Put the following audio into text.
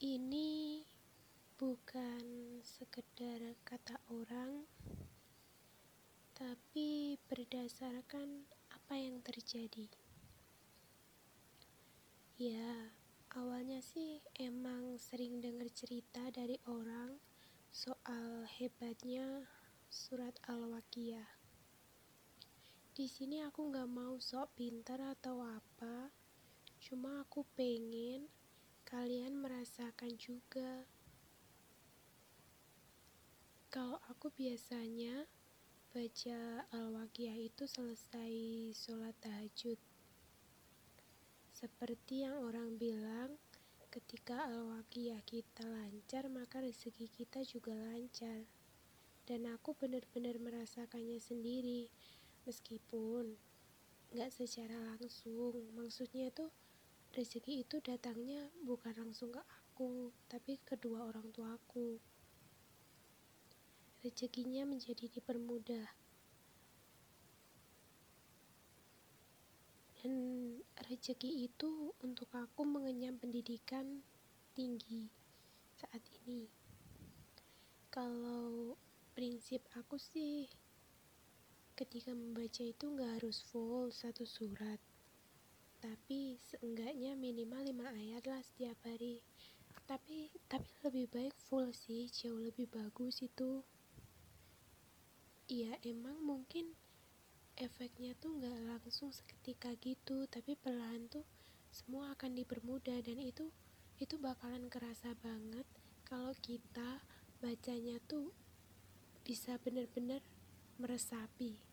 Ini bukan sekedar kata orang, tapi berdasarkan apa yang terjadi. Ya, awalnya sih emang sering dengar cerita dari orang soal hebatnya surat Al-Waqiah. Di sini aku nggak mau sok pintar atau apa, cuma aku pengen kalian merasakan juga. Kalau aku biasanya baca Al-Waqiah itu selesai sholat tahajud. Seperti yang orang bilang, ketika Al-Waqiah kita lancar, maka rezeki kita juga lancar. Dan aku benar-benar merasakannya sendiri, meskipun gak secara langsung. Maksudnya tuh rezeki itu datangnya bukan langsung ke aku, tapi kedua orang tuaku. Rezekinya menjadi dipermudah. Dan rezeki itu untuk aku mengenyam pendidikan tinggi saat ini. Kalau prinsip aku sih, ketika membaca itu gak harus full satu surat, tapi seenggaknya minimal 5 ayat lah setiap hari. Tapi lebih baik full sih, jauh lebih bagus itu. Ya emang mungkin efeknya tuh gak langsung seketika gitu, tapi perlahan tuh semua akan dipermudah. Dan itu bakalan kerasa banget kalau kita bacanya tuh bisa bener-bener meresapi.